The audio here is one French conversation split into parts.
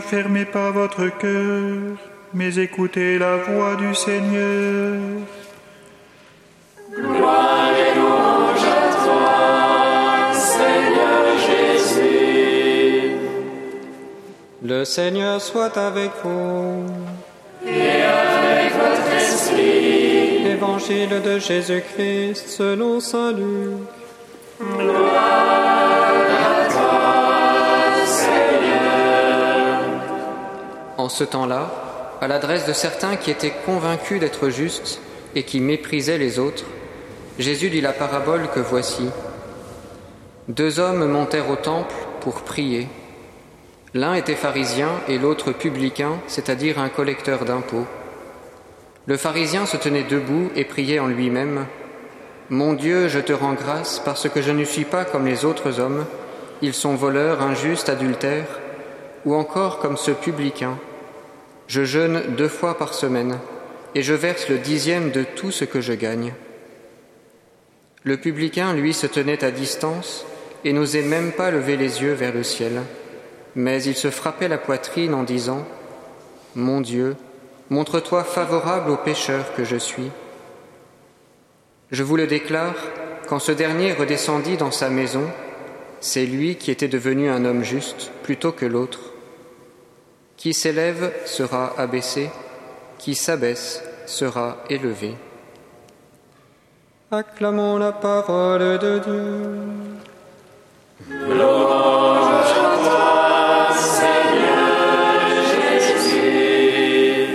fermez pas votre cœur, mais écoutez la voix du Seigneur. Gloire et louange à toi, Seigneur Jésus. Le Seigneur soit avec vous. Et avec votre esprit. Évangile de Jésus-Christ selon saint Luc. Gloire à toi, Seigneur. En ce temps-là, à l'adresse de certains qui étaient convaincus d'être justes et qui méprisaient les autres, Jésus dit la parabole que voici. 2 hommes montèrent au temple pour prier. L'un était pharisien et l'autre publicain, c'est-à-dire un collecteur d'impôts. Le pharisien se tenait debout et priait en lui-même. « Mon Dieu, je te rends grâce parce que je ne suis pas comme les autres hommes. Ils sont voleurs, injustes, adultères, ou encore comme ce publicain. Je jeûne 2 fois par semaine et je verse le 10e de tout ce que je gagne. » Le publicain, lui, se tenait à distance et n'osait même pas lever les yeux vers le ciel. Mais il se frappait la poitrine en disant « Mon Dieu, montre-toi favorable au pécheur que je suis. » Je vous le déclare, quand ce dernier redescendit dans sa maison, c'est lui qui était devenu un homme juste plutôt que l'autre. Qui s'élève sera abaissé, qui s'abaisse sera élevé. Acclamons la parole de Dieu. Louange à toi, Seigneur Jésus.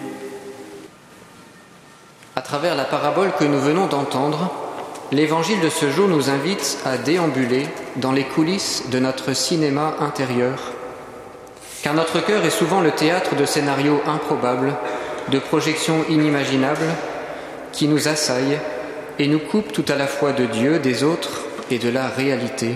À travers la parabole que nous venons d'entendre, l'Évangile de ce jour nous invite à déambuler dans les coulisses de notre cinéma intérieur. Car notre cœur est souvent le théâtre de scénarios improbables, de projections inimaginables qui nous assaillent et nous coupent tout à la fois de Dieu, des autres et de la réalité.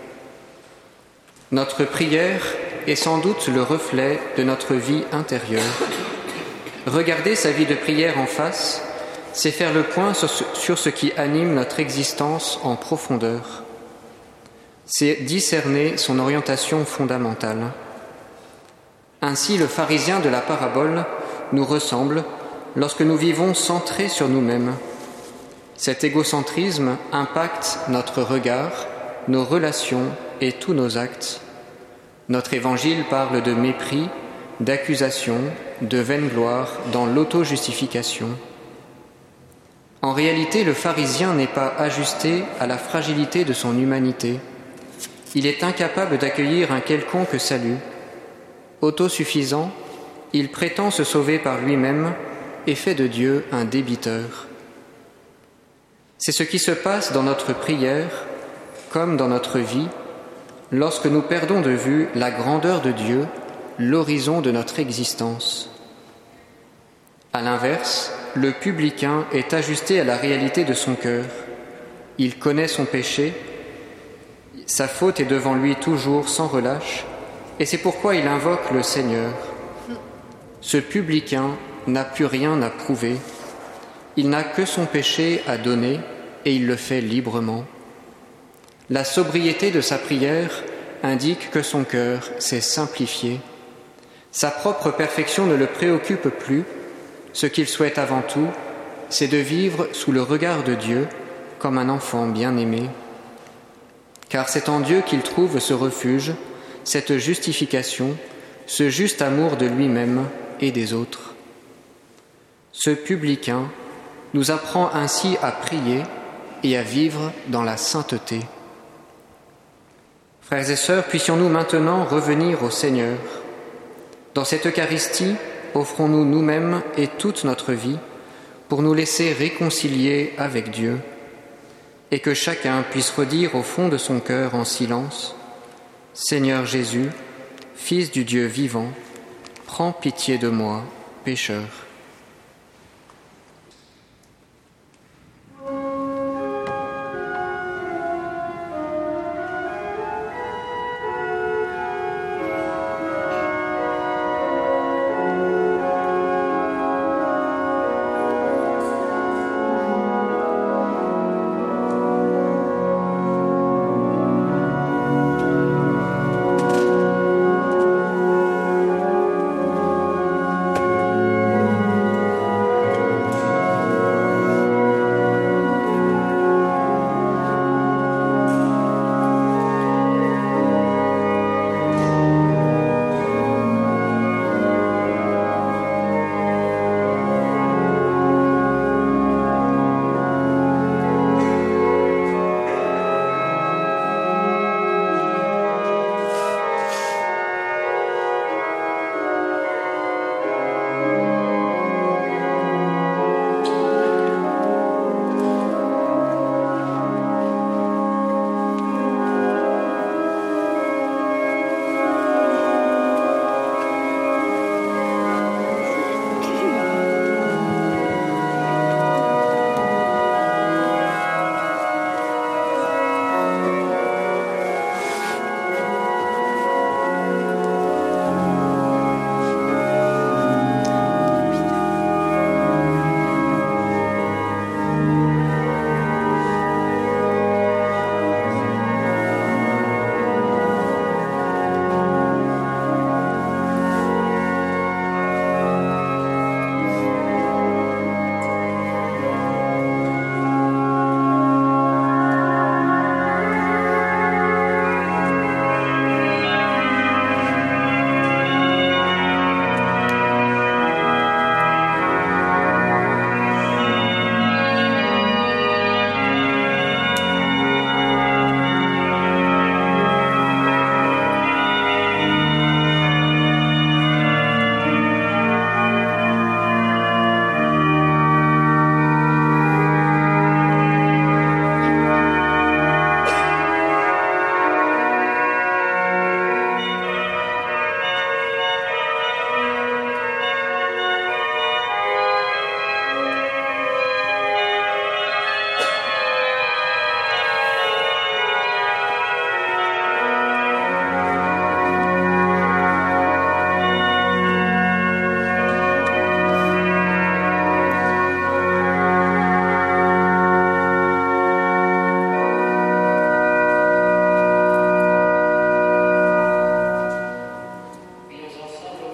Notre prière est sans doute le reflet de notre vie intérieure. Regarder sa vie de prière en face, c'est faire le point sur ce qui anime notre existence en profondeur. C'est discerner son orientation fondamentale. Ainsi, le pharisien de la parabole nous ressemble lorsque nous vivons centrés sur nous-mêmes. Cet égocentrisme impacte notre regard, nos relations et tous nos actes. Notre évangile parle de mépris, d'accusation, de vaine gloire dans l'auto-justification. En réalité, le pharisien n'est pas ajusté à la fragilité de son humanité. Il est incapable d'accueillir un quelconque salut. Autosuffisant, il prétend se sauver par lui-même et fait de Dieu un débiteur. C'est ce qui se passe dans notre prière, comme dans notre vie, lorsque nous perdons de vue la grandeur de Dieu, l'horizon de notre existence. À l'inverse, le publicain est ajusté à la réalité de son cœur. Il connaît son péché, sa faute est devant lui toujours sans relâche, et c'est pourquoi il invoque le Seigneur. Ce publicain n'a plus rien à prouver, il n'a que son péché à donner et il le fait librement. La sobriété de sa prière indique que son cœur s'est simplifié. Sa propre perfection ne le préoccupe plus. Ce qu'il souhaite avant tout, c'est de vivre sous le regard de Dieu comme un enfant bien-aimé. Car c'est en Dieu qu'il trouve ce refuge, cette justification, ce juste amour de lui-même et des autres. Ce publicain nous apprend ainsi à prier et à vivre dans la sainteté. Frères et sœurs, puissions-nous maintenant revenir au Seigneur. Dans cette Eucharistie, offrons-nous nous-mêmes et toute notre vie pour nous laisser réconcilier avec Dieu et que chacun puisse redire au fond de son cœur en silence : Seigneur Jésus, Fils du Dieu vivant, prends pitié de moi, pécheur.